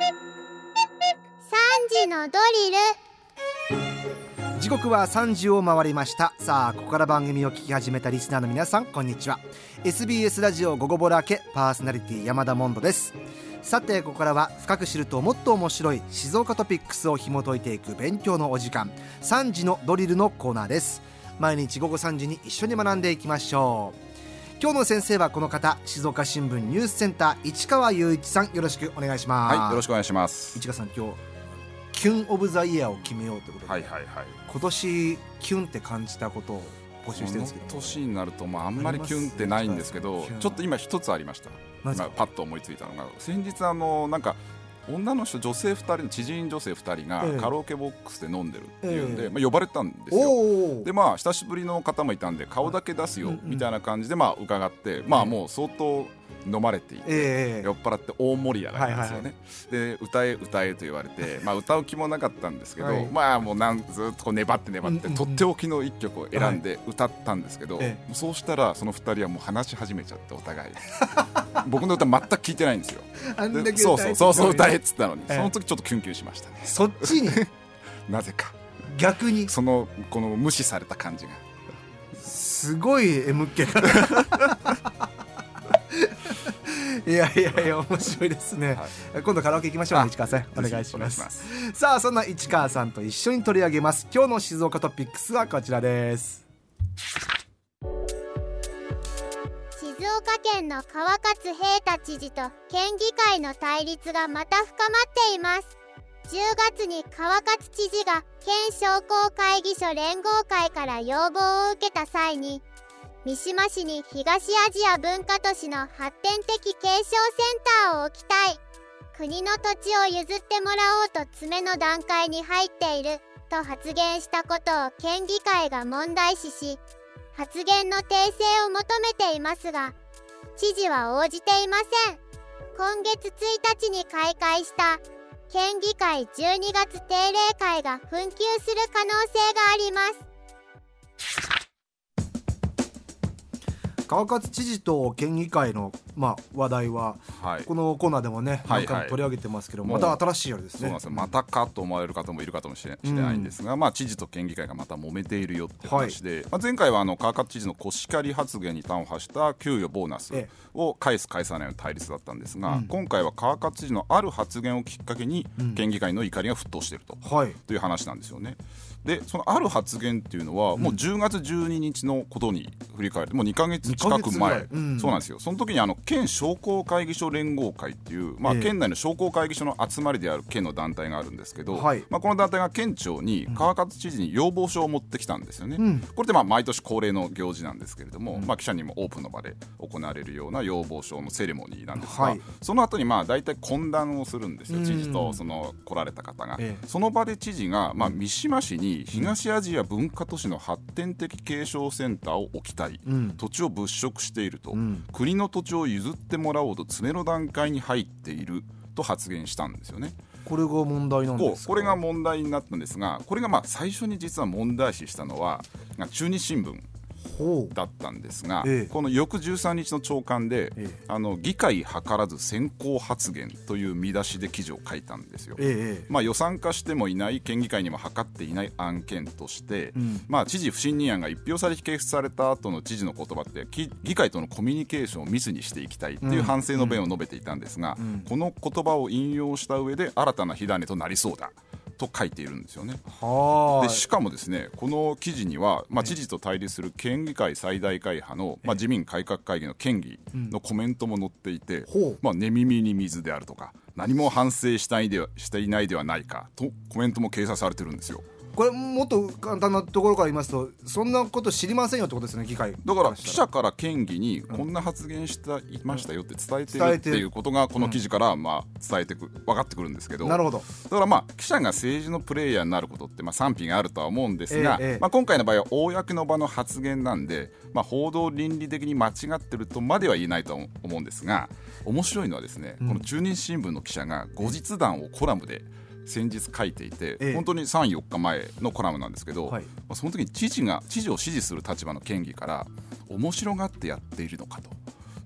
時のドリル。 時刻は3時を回りました。さあ、ここから番組を聞き始めたリスナーの皆さん、こんにちは。 SBS ラジオ午後ボラ系パーソナリティ山田モンドです。さて、ここからは深く知るともっと面白い静岡トピックスを紐解いていく勉強のお時間、3時のドリルのコーナーです。毎日午後3時に一緒に学んでいきましょう。今日の先生はこの方、静岡新聞ニュースセンター市川雄一さん、よろしくお願いします。 はい、よろしくお願いします。 市川さん、今日キュンオブザイヤーを決めようということで、 はいはいはい、 今年キュンって感じたことを募集してるんですけど、 この年になると、あんまりキュンってないんですけど、ちょっと今一つありました。今パッと思いついたのが、先日なんか女の人、女性2人の知人女性2人がカラオケボックスで飲んでるっていうんで、呼ばれたんですよ。で、久しぶりの方もいたんで顔だけ出すよみたいな感じで伺って、もう相当飲まれていて、酔っ払って大盛り上がりですよね。で、歌え歌えと言われて、歌う気もなかったんですけど、もうずっと粘ってとっておきの一曲を選んで歌ったんですけど、そうしたらその2人はもう話し始めちゃって、お互い僕の歌全く聞いてないんですよ。そう歌えっつったのに、その時ちょっとキュンキュンしましたね。 そっちになぜか逆にこの無視された感じがすごい M っ気がいや面白いですね。今度カラオケ行きましょうね。市川さん、お願いします。さあ、そんな市川さんと一緒に取り上げます。今日の静岡トピックスはこちらです。 静岡県の川勝平太知事と県議会の対立がまた深まっています。10月に川勝知事が県商工会議所連合会から要望を受けた際に、三島市に東アジア文化都市の発展的継承センターを置きたい、国の土地を譲ってもらおうと詰めの段階に入っていると発言したことを県議会が問題視し、発言の訂正を求めていますが、知事は応じていません。今月1日に開会した県議会12月定例会が紛糾する可能性があります。 川勝知事と県議会の、話題は、このコーナーでもね、何回も取り上げてますけど、また新しいようですね。 そうなんですよ。またかと思われる方もいるかもしれないんですが、知事と県議会がまた揉めているよって話で、前回は川勝知事のコシカリ発言に端を発した給与ボーナスを返す返さないの対立だったんですが、今回は川勝知事のある発言をきっかけに、県議会の怒りが沸騰しているという話なんですよね。で、そのある発言っていうのは、もう10月12日のことに振り返ってもう2ヶ月近く前、そうなんですよ。その時に県商工会議所連合会っていう、県内の商工会議所の集まりである県の団体があるんですけど、この団体が県庁に川勝知事に要望書を持ってきたんですよね。これって毎年恒例の行事なんですけれども、記者にもオープンの場で行われるような要望書のセレモニーなんですが、その後に大体懇談をするんですよ、知事と来られた方が。その場で知事が、三島市に東アジア文化都市の発展的継承センターを置きたい、土地を物色していると、国の土地を譲ってもらおうと詰めの段階に入っていると発言したんですよね。 これが問題なんですか？ これが問題になったんですが、これが最初に実は問題視したのは中日新聞だったんですが、この翌13日の朝刊で、議会図らず先行発言という見出しで記事を書いたんですよ。予算化してもいない、県議会にも諮っていない案件として、知事不信任案が一票差で否決された後の知事の言葉って、議会とのコミュニケーションを密にしていきたいという反省の弁を述べていたんですが、この言葉を引用した上で新たな火種となりそうだと書いているんですよね。で、しかもですね、この記事には、知事と対立する県議会最大会派の、自民改革会議の県議のコメントも載っていて、寝耳に水であるとか、何も反省していないではないかとコメントも掲載されてるんですよ。 これもっと簡単なところから言いますと、そんなこと知りませんよってことですね、議会だから記者から県議にこんな発言いましたよって伝えてるっていうことがこの記事から伝えて分かってくるんですけど、 なるほど。 だから記者が政治のプレイヤーになることって賛否があるとは思うんですが、今回の場合は公の場の発言なんで、報道倫理的に間違ってるとまでは言えないと思うんですが、面白いのはですね、この中日新聞の記者が後日談をコラムで先日書いていて、本当に 3,4 日前のコラムなんですけど、その時に知事を支持する立場の県議から面白がってやっているのかと、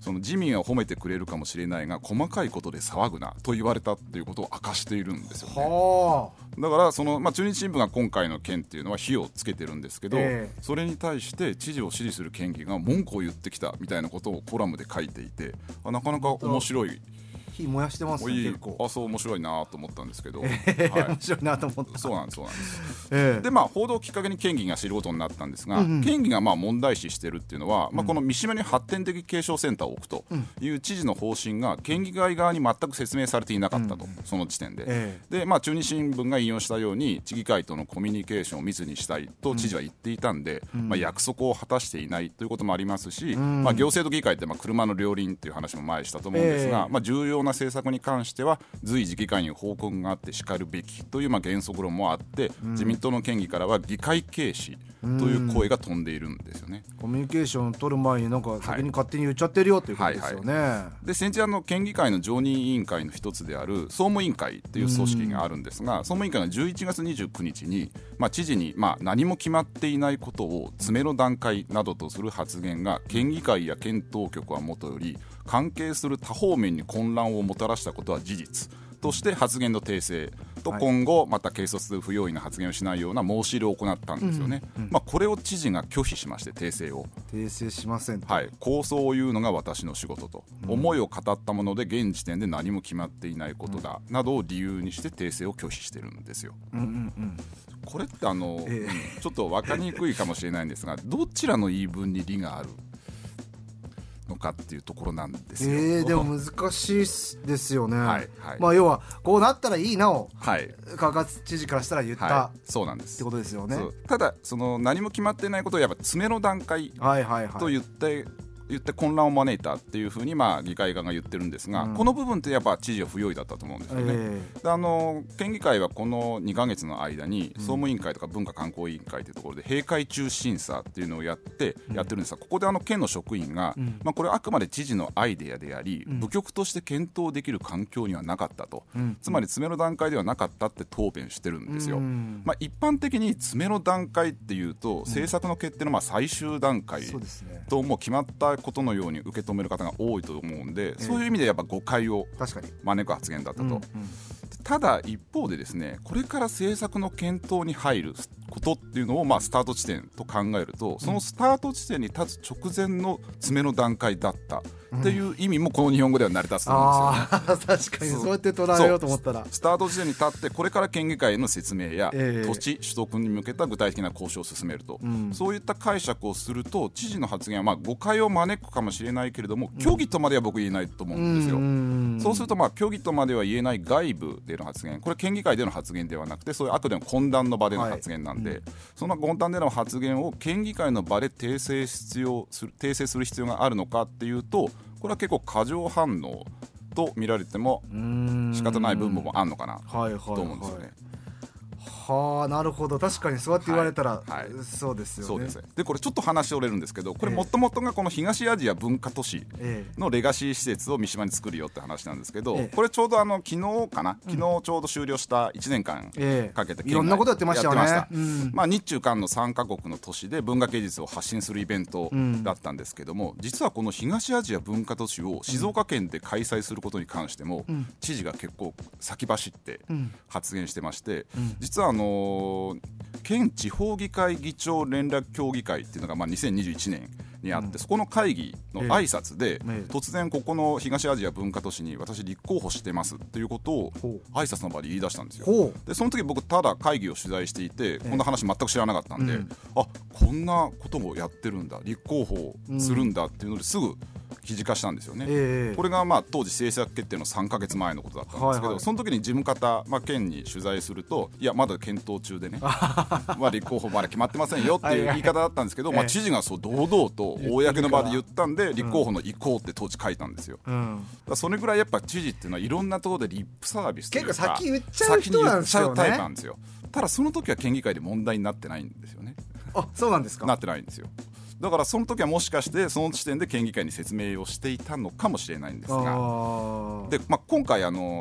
その自民は褒めてくれるかもしれないが細かいことで騒ぐなと言われたっていうことを明かしているんですよね。だからその、中日新聞が今回の件っていうのは火をつけてるんですけど、それに対して知事を支持する県議が文句を言ってきたみたいなことをコラムで書いていて、なかなか面白い。 火燃やしてますね。結構そう面白いなと思ったんですけど、 面白いなと思った。 そうなんです、で報道をきっかけに県議が知ることになったんですが、県議が問題視してるっていうのは、この三島に発展的継承センターを置くという知事の方針が県議会側に全く説明されていなかったと、その時点で、で中日新聞が引用したように地議会とのコミュニケーションを密にしたいと知事は言っていたんで、約束を果たしていないということもありますし、行政と議会って車の両輪っていう話も前したと思うんですが、重要な政策に関しては随時議会に報告があってしかるべきという原則論もあって、自民党の県議からは議会軽視という声が飛んでいるんですよね。 コミュニケーションを取る前になんか先に勝手に言っちゃってるよということですよね。 で先日県議会の常任委員会の一つである総務委員会という組織があるんですが、総務委員会が11月29日に、知事に何も決まっていないことを詰めの段階などとする発言が県議会や県当局はもとより関係する多方面に混乱をもたらしたことは事実として発言の訂正と、今後また軽率不用意な発言をしないような申し入れを行ったんですよね。これを知事が拒否しまして、訂正しませんと、 構想を言うのが私の仕事と、思いを語ったもので現時点で何も決まっていないことだ、などを理由にして訂正を拒否してるんですよ。これってちょっと分かりにくいかもしれないんですが、どちらの言い分に理があるのかっていうところなんですよ。 でも難しいですよね。要はこうなったらいいなを、川勝知事からしたら言った、 そうなんですってことですよね。 ただその何も決まっていないことをやっぱ詰めの段階と言って混乱を招いたっていうふうに議会側が言ってるんですが、この部分ってやっぱ知事は不用意だったと思うんですよね。で県議会はこの2ヶ月の間に総務委員会とか文化観光委員会というところで閉会中審査っていうのをやってるんですが、ここで県の職員が、これはあくまで知事のアイデアであり、部局として検討できる環境にはなかったと、つまり詰めの段階ではなかったって答弁してるんですよ。一般的に詰めの段階っていうと、政策の決定の最終段階ともう決まったことのように受け止める方が多いと思うんで、そういう意味でやっぱ誤解を招く発言だったと。ただ一方でですね、これから政策の検討に入ることっていうのをスタート地点と考えると、そのスタート地点に立つ直前の詰めの段階だったっていう意味もこの日本語では成り立つと思うんですよね。 確かにそうやって捉えようと思ったら、 スタート地点に立ってこれから県議会への説明や、土地取得に向けた具体的な交渉を進めると、そういった解釈をすると知事の発言は誤解を招くかもしれないけれども、虚偽とまでは僕言えないと思うんですよ。そうすると虚偽とまでは言えない外部での発言、これ県議会での発言ではなくて、そういうあくまでも懇談の場での発言なんで、その懇談での発言を県議会の場で訂正する必要があるのかっていうと、これは結構過剰反応と見られても仕方ない部分もあるのかなと思うんですよね。 なるほど、確かにそうやって言われたら、そうですよね。 そうですね。でこれちょっと話折れるんですけど、これもともとがこの東アジア文化都市のレガシー施設を三島に作るよって話なんですけど、これちょうど昨日ちょうど終了した1年間かけていろんなことやってましたよね。 日中韓の3カ国の都市で文化芸術を発信するイベントだったんですけども、実はこの東アジア文化都市を静岡県で開催することに関しても、知事が結構先走って発言してまして、実は県地方議会議長連絡協議会っていうのが2021年にあって、そこの会議の挨拶で、突然ここの東アジア文化都市に私立候補してますっていうことを挨拶の場で言い出したんですよ。でその時僕ただ会議を取材していて、こんな話全く知らなかったんで、こんなことをやってるんだ、立候補するんだっていうのですぐ記事化したんですよね。これが当時政策決定の3ヶ月前のことだったんですけど、その時に事務方、県に取材すると、いやまだ検討中でね立候補まだ決まってませんよっていう言い方だったんですけど、知事がそう堂々と公の場で言ったんで、立候補の意向って当時書いたんですよ。だそれぐらいやっぱ知事っていうのはいろんなところでリップサービスというか結構先言っちゃう人なんですよね。 先に言っちゃうタイプなんですよ。ただその時は県議会で問題になってないんですよね。 そうなんですか。 なってないんですよ。だからその時はもしかしてその時点で県議会に説明をしていたのかもしれないんですが、で、今回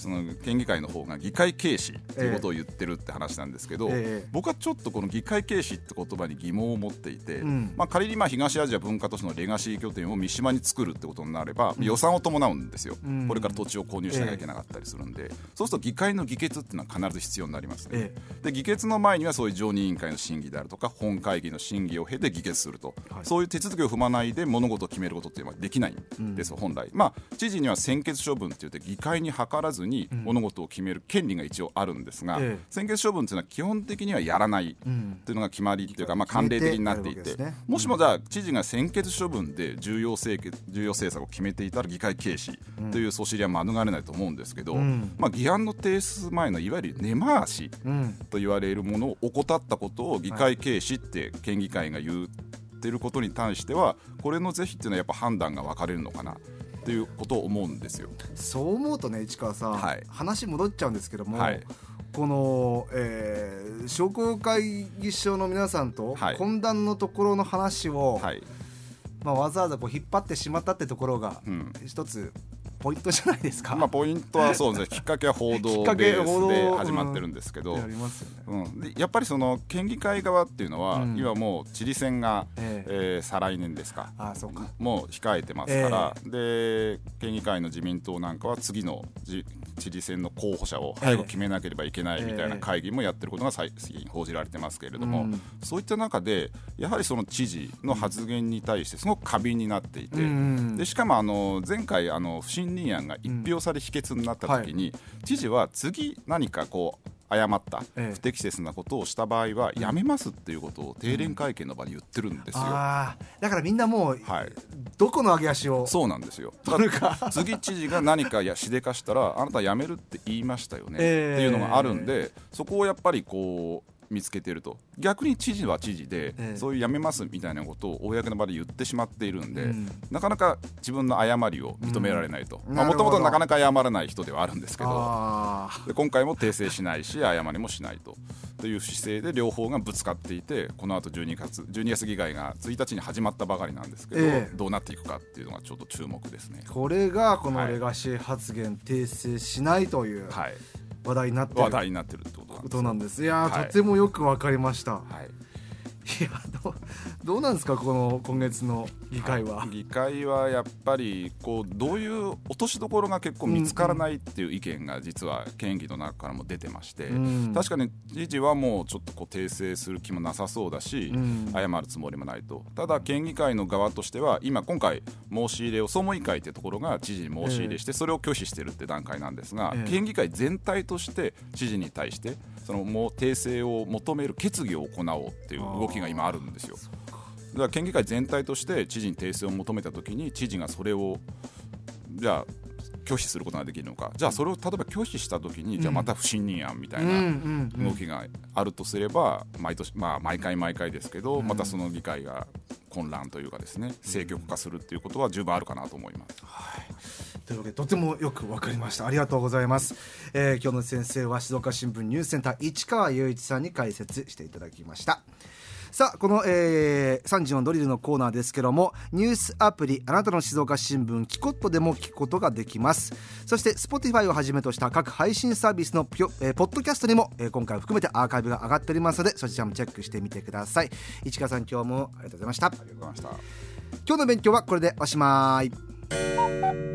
その県議会の方が議会軽視ということを言ってるって話なんですけど、僕はちょっとこの議会軽視って言葉に疑問を持っていて、仮に東アジア文化都市のレガシー拠点を三島に作るってことになれば、予算を伴うんですよ、これから土地を購入しなきゃいけなかったりするんで、そうすると議会の議決っていうのは必ず必要になりますね。で議決の前にはそういう常任委員会の審議であるとか本会議の審議を経て議決すると、そういう手続きを踏まないで物事を決めることっていうのはできないんですよ、本来。知事には専決処分って言って議会に諮らずに物事を決める権利が一応あるんですが、専決処分っていうのは基本的にはやらないっていうのが決まりっていうか、慣例的になっていて、もしもじゃあ知事が専決処分で重要政策を決めていたら議会軽視というそしりは免れないと思うんですけど、議案の提出前のいわゆる根回しと言われるものを怠ったことを議会軽視って県議会が言ってることに対しては、これの是非っていうのはやっぱ判断が分かれるのかなっていうことを思うんですよ。 そう思うとね、市川さん、話戻っちゃうんですけども、この、商工会議所の皆さんと懇談のところの話を、わざわざこう引っ張ってしまったってところが一つポイントじゃないですか。 ポイントはそうですねきっかけは報道ベースで始まってるんですけど、でやっぱりその県議会側っていうのは、今もう知事選が、再来年ですか、もう控えてますから、で県議会の自民党なんかは次の知事選の候補者を早く決めなければいけないみたいな会議もやってることが最近報じられてますけれども、そういった中でやはりその知事の発言に対してすごく過敏になっていて、でしかも前回不信任案が1票差で否決になった時に、知事は次何かこう誤った不適切なことをした場合はやめますっていうことを定例会見の場で言ってるんですよ。 だからみんなもう、どこの上げ足をそうなんですよ。だから次知事が何かしでかしたらあなたやめるって言いましたよねっていうのがあるんで、そこをやっぱりこう見つけていると、逆に知事は知事で、そういうやめますみたいなことを公の場で言ってしまっているんで、なかなか自分の誤りを認められないと。もともとなかなか謝らない人ではあるんですけど、で今回も訂正しないし謝りもしないという姿勢で両方がぶつかっていて、この後12月議会が1日に始まったばかりなんですけど、どうなっていくかっていうのがちょっと注目ですね。 これがこのレガシー発言訂正しないという、話題になってるってことなんです。いや、とてもよくわかりました。いや、どうなんですか、この今月の議会は。 議会はやっぱりこうどういう落としどころが結構見つからないっていう意見が実は県議の中からも出てまして、確かに知事はもうちょっとこう訂正する気もなさそうだし、謝るつもりもないと。ただ県議会の側としては今回申し入れを総務委員会というところが知事に申し入れしてそれを拒否してるって段階なんですが、県議会全体として知事に対してその訂正を求める決議を行おうっていう動きが今あるんですよ。だから県議会全体として知事に訂正を求めたときに知事がそれをじゃあ拒否することができるのか、じゃあそれを例えば拒否したときにじゃあまた不信任案みたいな動きがあるとすれば、毎回ですけど、またその議会が混乱というかですね、政局化するっていうことは十分あるかなと思います。 というわけでとてもよく分かりました。ありがとうございます。今日の先生は静岡新聞ニュースセンター市川雄一さんに解説していただきました。さあこの、3時のドリルのコーナーですけども、ニュースアプリあなたの静岡新聞キコットでも聞くことができます。そして Spotify をはじめとした各配信サービスのポッドキャストにも、今回を含めてアーカイブが上がっておりますので、そちらもチェックしてみてください。市川さん、今日もありがとうございました。 ありがとうございました。 今日の勉強はこれでおしまい。